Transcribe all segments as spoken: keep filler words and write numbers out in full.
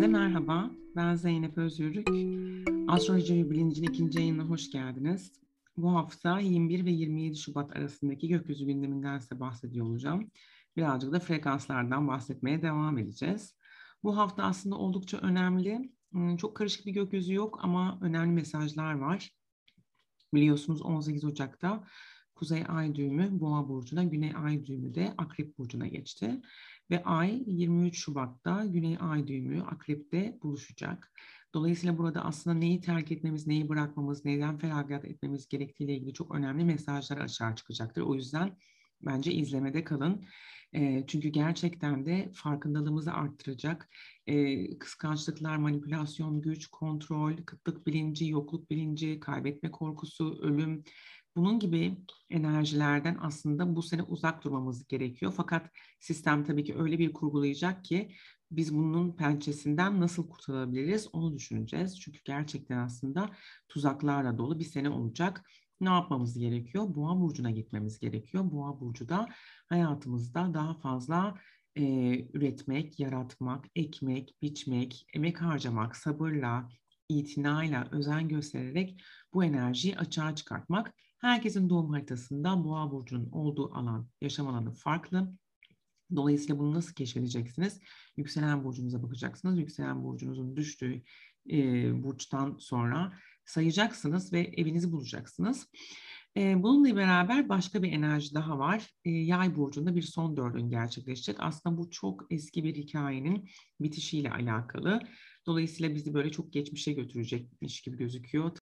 merhaba, ben Zeynep Özyörük. Astroloji ve Bilincin ikinci yayınına hoş geldiniz. Bu hafta yirmi bir ve yirmi yedi Şubat arasındaki gökyüzü gündeminden size bahsediyor olacağım. Birazcık da frekanslardan bahsetmeye devam edeceğiz. Bu hafta aslında oldukça önemli. Hmm, Çok karışık bir gökyüzü yok ama önemli mesajlar var. Biliyorsunuz on sekiz Ocak'ta Kuzey Ay düğümü Boğa burcuna, Güney Ay düğümü de Akrep burcuna geçti. Ve Ay yirmi üç Şubat'ta Güney Ay düğümü Akrep'te buluşacak. Dolayısıyla burada aslında neyi terk etmemiz, neyi bırakmamız, neyden feragat etmemiz gerektiğiyle ilgili çok önemli mesajlar açığa çıkacaktır. O yüzden bence izlemede kalın. E, çünkü gerçekten de farkındalığımızı arttıracak. E, kıskançlıklar, manipülasyon, güç, kontrol, kıtlık bilinci, yokluk bilinci, kaybetme korkusu, ölüm, bunun gibi enerjilerden aslında bu sene uzak durmamız gerekiyor. Fakat sistem tabii ki öyle bir kurgulayacak ki biz bunun pençesinden nasıl kurtulabiliriz onu düşüneceğiz. Çünkü gerçekten aslında tuzaklarla dolu bir sene olacak. Ne yapmamız gerekiyor? Boğa burcuna gitmemiz gerekiyor. Boğa burcu da hayatımızda daha fazla e, üretmek, yaratmak, ekmek, biçmek, emek harcamak, sabırla, itinayla, özen göstererek bu enerjiyi açığa çıkartmak. Herkesin doğum haritasında Boğa burcunun olduğu alan, yaşam alanı farklı. Dolayısıyla bunu nasıl keşfedeceksiniz? Yükselen burcunuza bakacaksınız. Yükselen burcunuzun düştüğü e, burçtan sonra sayacaksınız ve evinizi bulacaksınız. E, bununla beraber başka bir enerji daha var. E, Yay burcunda bir son dördün gerçekleşecek. Aslında bu çok eski bir hikayenin bitişiyle alakalı. Dolayısıyla bizi böyle çok geçmişe götürecekmiş gibi gözüküyor.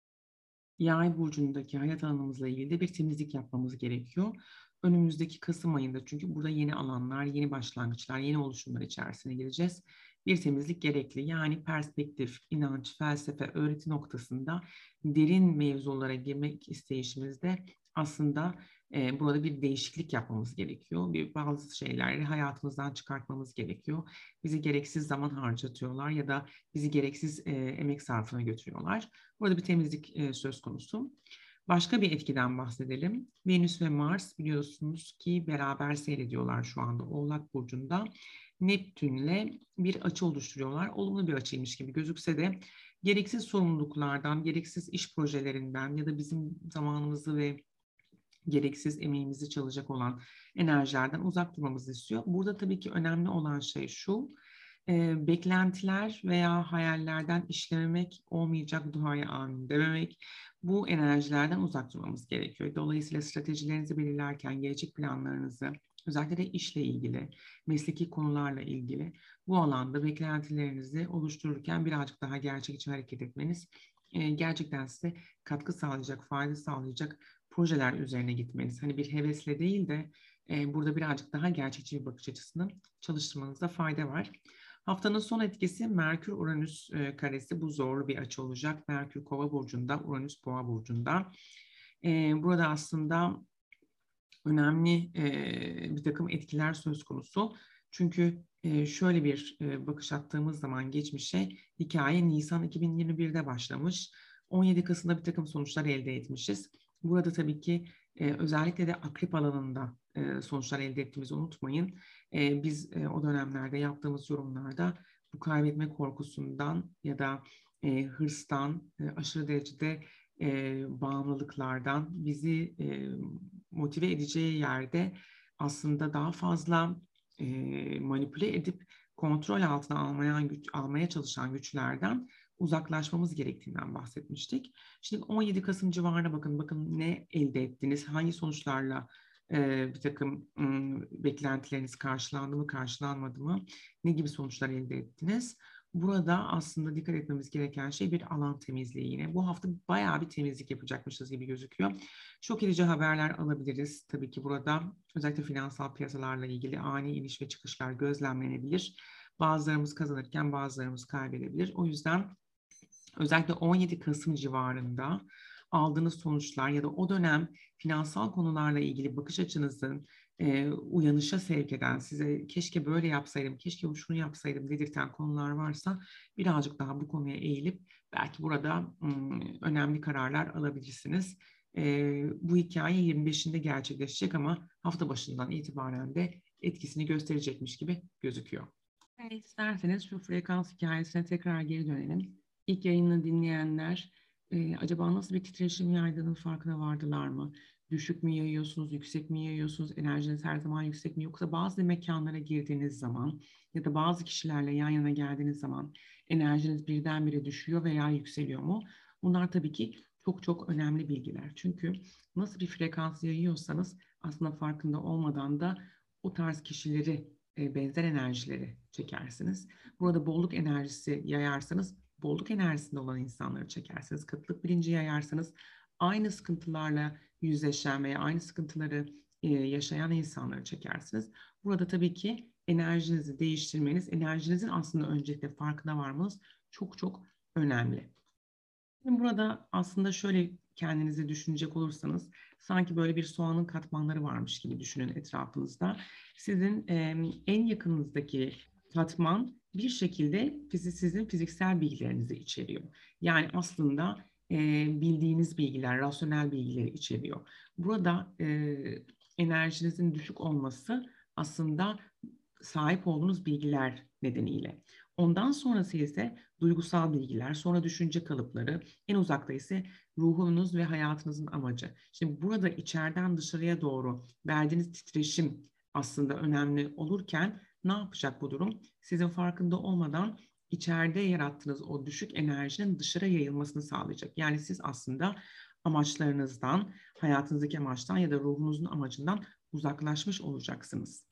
Yay burcundaki hayat alanımızla ilgili de bir temizlik yapmamız gerekiyor. Önümüzdeki Kasım ayında, çünkü burada yeni alanlar, yeni başlangıçlar, yeni oluşumlar içerisine gireceğiz. Bir temizlik gerekli. Yani perspektif, inanç, felsefe, öğreti noktasında derin mevzulara girmek isteyişimizde aslında e, burada bir değişiklik yapmamız gerekiyor. Bir bazı şeyleri hayatımızdan çıkartmamız gerekiyor. Bizi gereksiz zaman harcatıyorlar ya da bizi gereksiz e, emek sarfına götürüyorlar. Burada bir temizlik e, söz konusu. Başka bir etkiden bahsedelim. Venüs ve Mars biliyorsunuz ki beraber seyrediyorlar şu anda Oğlak Burcu'nda. Neptün'le bir açı oluşturuyorlar. Olumlu bir açıymış gibi gözükse de gereksiz sorumluluklardan, gereksiz iş projelerinden ya da bizim zamanımızı ve gereksiz emeğimizi çalacak olan enerjilerden uzak durmamızı istiyor. Burada tabii ki önemli olan şey şu: e, beklentiler veya hayallerden işlememek, olmayacak duaya amin dememek, bu enerjilerden uzak durmamız gerekiyor. Dolayısıyla stratejilerinizi belirlerken, gelecek planlarınızı, özellikle de işle ilgili, mesleki konularla ilgili bu alanda beklentilerinizi oluştururken birazcık daha gerçekçi hareket etmeniz e, gerçekten size katkı sağlayacak, fayda sağlayacak projeler üzerine gitmeniz. Hani bir hevesle değil de e, burada birazcık daha gerçekçi bir bakış açısını çalıştırmanızda fayda var. Haftanın son etkisi Merkür-Uranüs e, karesi. Bu zorlu bir açı olacak. Merkür Kova burcunda, Uranüs Boğa burcunda. E, burada aslında önemli e, bir takım etkiler söz konusu. Çünkü e, şöyle bir e, bakış attığımız zaman geçmişe, hikaye Nisan iki bin yirmi birde başlamış. on yedi Kasım'da bir takım sonuçlar elde etmişiz. Burada tabii ki e, özellikle de akrep alanında e, sonuçlar elde ettiğimizi unutmayın. E, biz e, o dönemlerde yaptığımız yorumlarda bu kaybetme korkusundan ya da e, hırstan, e, aşırı derecede e, bağımlılıklardan bizi e, motive edeceği yerde aslında daha fazla e, manipüle edip kontrol altına almaya, güç, almaya çalışan güçlerden uzaklaşmamız gerektiğinden bahsetmiştik. Şimdi on yedi Kasım civarına bakın, bakın ne elde ettiniz, hangi sonuçlarla e, bir takım m, beklentileriniz karşılandı mı, karşılanmadı mı, ne gibi sonuçlar elde ettiniz? Burada aslında dikkat etmemiz gereken şey bir alan temizliği yine. Bu hafta bayağı bir temizlik yapacakmışız gibi gözüküyor. Şok edici haberler alabiliriz. Tabii ki burada özellikle finansal piyasalarla ilgili ani iniş ve çıkışlar gözlemlenebilir. Bazılarımız kazanırken bazılarımız kaybedebilir. O yüzden özellikle on yedi Kasım civarında aldığınız sonuçlar ya da o dönem finansal konularla ilgili bakış açınızın e, uyanışa sevk eden, size keşke böyle yapsaydım, keşke şunu yapsaydım dedirten konular varsa birazcık daha bu konuya eğilip belki burada m, önemli kararlar alabilirsiniz. E, bu hikaye yirmi beşinde gerçekleşecek ama hafta başından itibaren de etkisini gösterecekmiş gibi gözüküyor. Evet, isterseniz şu frekans hikayesine tekrar geri dönelim. İlk yayını dinleyenler e, acaba nasıl bir titreşim yaydığının farkına vardılar mı? Düşük mü yayıyorsunuz, yüksek mi yayıyorsunuz, enerjiniz her zaman yüksek mi? Yoksa bazı mekanlara girdiğiniz zaman ya da bazı kişilerle yan yana geldiğiniz zaman enerjiniz birdenbire düşüyor veya yükseliyor mu? Bunlar tabii ki çok çok önemli bilgiler. Çünkü nasıl bir frekans yayıyorsanız aslında farkında olmadan da o tarz kişileri e, benzer enerjileri çekersiniz. Burada bolluk enerjisi yayarsanız bolluk enerjisinde olan insanları çekersiniz. Kıtlık bilinci yayarsanız aynı sıkıntılarla yüzleşen veya aynı sıkıntıları e, yaşayan insanları çekersiniz. Burada tabii ki enerjinizi değiştirmeniz, enerjinizin aslında öncelikle farkına varmanız çok çok önemli. Şimdi burada aslında şöyle kendinizi düşünecek olursanız sanki böyle bir soğanın katmanları varmış gibi düşünün etrafınızda. Sizin e, en yakınınızdaki katman bir şekilde fizi- sizin fiziksel bilgilerinizi içeriyor. Yani aslında e, bildiğiniz bilgiler, rasyonel bilgileri içeriyor. Burada e, enerjinizin düşük olması aslında sahip olduğunuz bilgiler nedeniyle. Ondan sonrası ise duygusal bilgiler, sonra düşünce kalıpları, en uzakta ise ruhunuz ve hayatınızın amacı. Şimdi burada içeriden dışarıya doğru verdiğiniz titreşim aslında önemli olurken ne yapacak bu durum? Sizin farkında olmadan içeride yarattığınız o düşük enerjinin dışarı yayılmasını sağlayacak. Yani siz aslında amaçlarınızdan, hayatınızdaki amaçtan ya da ruhunuzun amacından uzaklaşmış olacaksınız.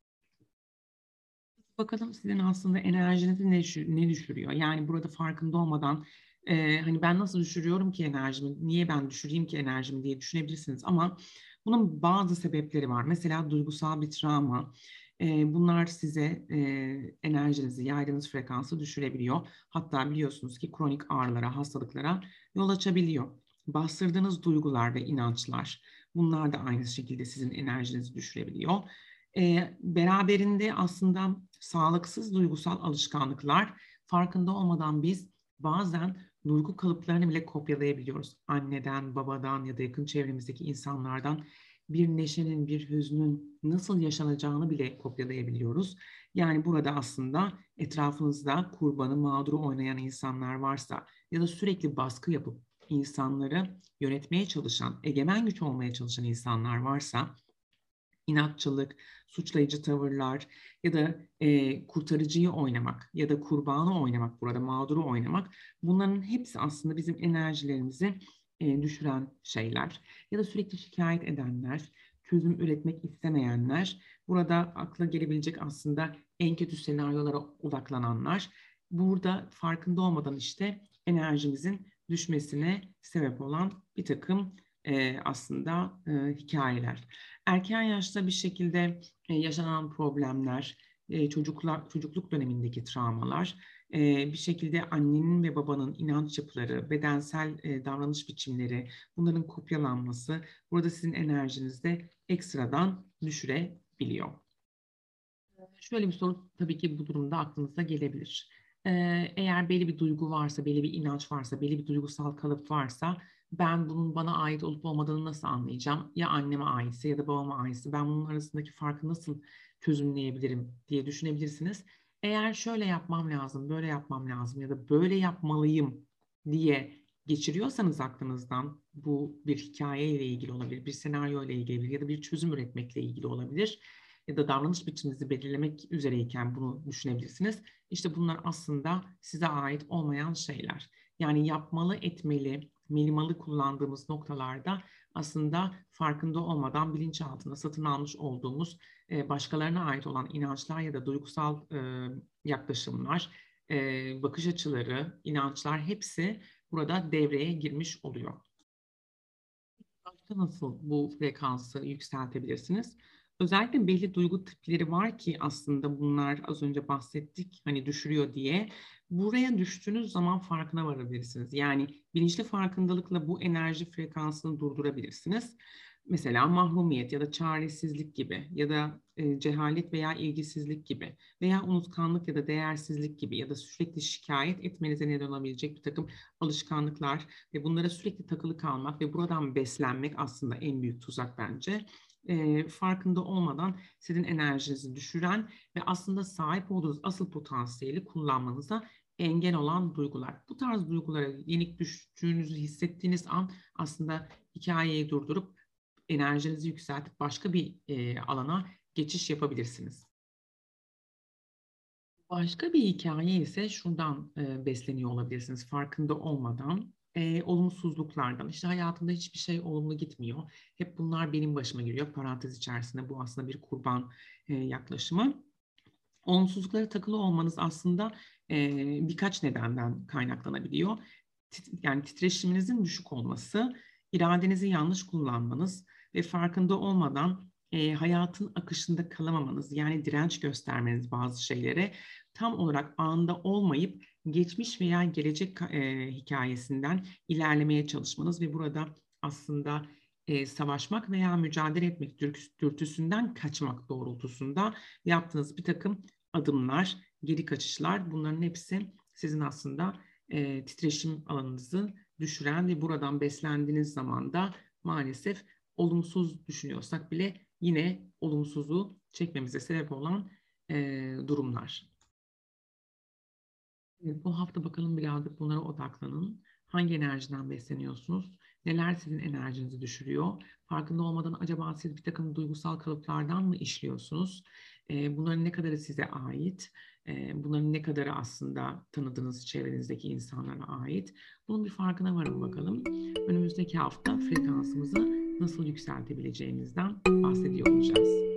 Bakalım sizin aslında enerjinizi ne, düşür- ne düşürüyor? Yani burada farkında olmadan e, hani ben nasıl düşürüyorum ki enerjimi, niye ben düşüreyim ki enerjimi diye düşünebilirsiniz. Ama bunun bazı sebepleri var. Mesela duygusal bir travma. E, bunlar size e, enerjinizi, yaydığınız frekansı düşürebiliyor. Hatta biliyorsunuz ki kronik ağrılara, hastalıklara yol açabiliyor. Bastırdığınız duygular ve inançlar, bunlar da aynı şekilde sizin enerjinizi düşürebiliyor. E, beraberinde aslında sağlıksız duygusal alışkanlıklar, farkında olmadan biz bazen duygu kalıplarını bile kopyalayabiliyoruz. Anneden, babadan ya da yakın çevremizdeki insanlardan bir neşenin, bir hüznün nasıl yaşanacağını bile kopyalayabiliyoruz. Yani burada aslında etrafınızda kurbanı, mağduru oynayan insanlar varsa ya da sürekli baskı yapıp insanları yönetmeye çalışan, egemen güç olmaya çalışan insanlar varsa, inatçılık, suçlayıcı tavırlar ya da e, kurtarıcıyı oynamak ya da kurbanı oynamak, burada mağduru oynamak, bunların hepsi aslında bizim enerjilerimizi e, düşüren şeyler. Ya da sürekli şikayet edenler, çözüm üretmek istemeyenler, burada akla gelebilecek aslında en kötü senaryolara odaklananlar, burada farkında olmadan işte enerjimizin düşmesine sebep olan bir takım e, aslında e, hikayeler. Erken yaşta bir şekilde e, yaşanan problemler, e, çocuklar, çocukluk dönemindeki travmalar, e, bir şekilde annenin ve babanın inanç yapıları, bedensel e, davranış biçimleri, bunların kopyalanması burada sizin enerjinizde ekstradan düşürebiliyor. Şöyle bir soru tabii ki bu durumda aklınıza gelebilir. Ee, eğer belli bir duygu varsa, belli bir inanç varsa, belli bir duygusal kalıp varsa ben bunun bana ait olup olmadığını nasıl anlayacağım? Ya anneme aitse ya da babama aitse ben bunun arasındaki farkı nasıl çözümleyebilirim diye düşünebilirsiniz. Eğer şöyle yapmam lazım, böyle yapmam lazım ya da böyle yapmalıyım diye geçiriyorsanız aklınızdan, bu bir hikaye ile ilgili olabilir, bir senaryo ile ilgili olabilir ya da bir çözüm üretmekle ilgili olabilir ya da davranış biçiminizi belirlemek üzereyken bunu düşünebilirsiniz. İşte bunlar aslında size ait olmayan şeyler. Yani yapmalı, etmeli, melimalı kullandığımız noktalarda aslında farkında olmadan bilinçaltında satın almış olduğumuz e, başkalarına ait olan inançlar ya da duygusal e, yaklaşımlar, e, bakış açıları, inançlar hepsi burada devreye girmiş oluyor. Başka nasıl bu frekansı yükseltebilirsiniz? Özellikle belli duygu tipleri var ki aslında bunlar az önce bahsettik hani düşürüyor diye. Buraya düştüğünüz zaman farkına varabilirsiniz. Yani bilinçli farkındalıkla bu enerji frekansını durdurabilirsiniz. Mesela mahrumiyet ya da çaresizlik gibi ya da e, cehalet veya ilgisizlik gibi veya unutkanlık ya da değersizlik gibi ya da sürekli şikayet etmenize neden olabilecek bir takım alışkanlıklar ve bunlara sürekli takılı kalmak ve buradan beslenmek aslında en büyük tuzak bence. e, farkında olmadan sizin enerjinizi düşüren ve aslında sahip olduğunuz asıl potansiyeli kullanmanıza engel olan duygular. Bu tarz duygulara yenik düştüğünüzü hissettiğiniz an aslında hikayeyi durdurup enerjinizi yükseltip başka bir e, alana geçiş yapabilirsiniz. Başka bir hikaye ise şuradan e, besleniyor olabilirsiniz farkında olmadan. E, olumsuzluklardan. İşte hayatımda hiçbir şey olumlu gitmiyor. Hep bunlar benim başıma geliyor. Parantez içerisinde bu aslında bir kurban e, yaklaşımı. Olumsuzluklara takılı olmanız aslında e, birkaç nedenden kaynaklanabiliyor. Tit- yani titreşiminizin düşük olması, iradenizi yanlış kullanmanız ve farkında olmadan e, hayatın akışında kalamamanız, yani direnç göstermeniz bazı şeylere tam olarak anda olmayıp geçmiş veya gelecek e, hikayesinden ilerlemeye çalışmanız ve burada aslında e, savaşmak veya mücadele etmek dürtüsünden kaçmak doğrultusunda yaptığınız bir takım adımlar, geri kaçışlar, bunların hepsi sizin aslında e, titreşim alanınızı düşüren ve buradan beslendiğiniz zaman da maalesef olumsuz düşünüyorsak bile yine olumsuzu çekmemize sebep olan e, durumlar. Evet, bu hafta bakalım birazcık bunlara odaklanın. Hangi enerjiden besleniyorsunuz? Neler sizin enerjinizi düşürüyor? Farkında olmadan acaba siz bir takım duygusal kalıplardan mı işliyorsunuz? Ee, bunların ne kadarı size ait? Ee, bunların ne kadarı aslında tanıdığınız çevrenizdeki insanlara ait? Bunun bir farkına varın bakalım. Önümüzdeki hafta frekansımızı nasıl yükseltebileceğimizden bahsediyor olacağız.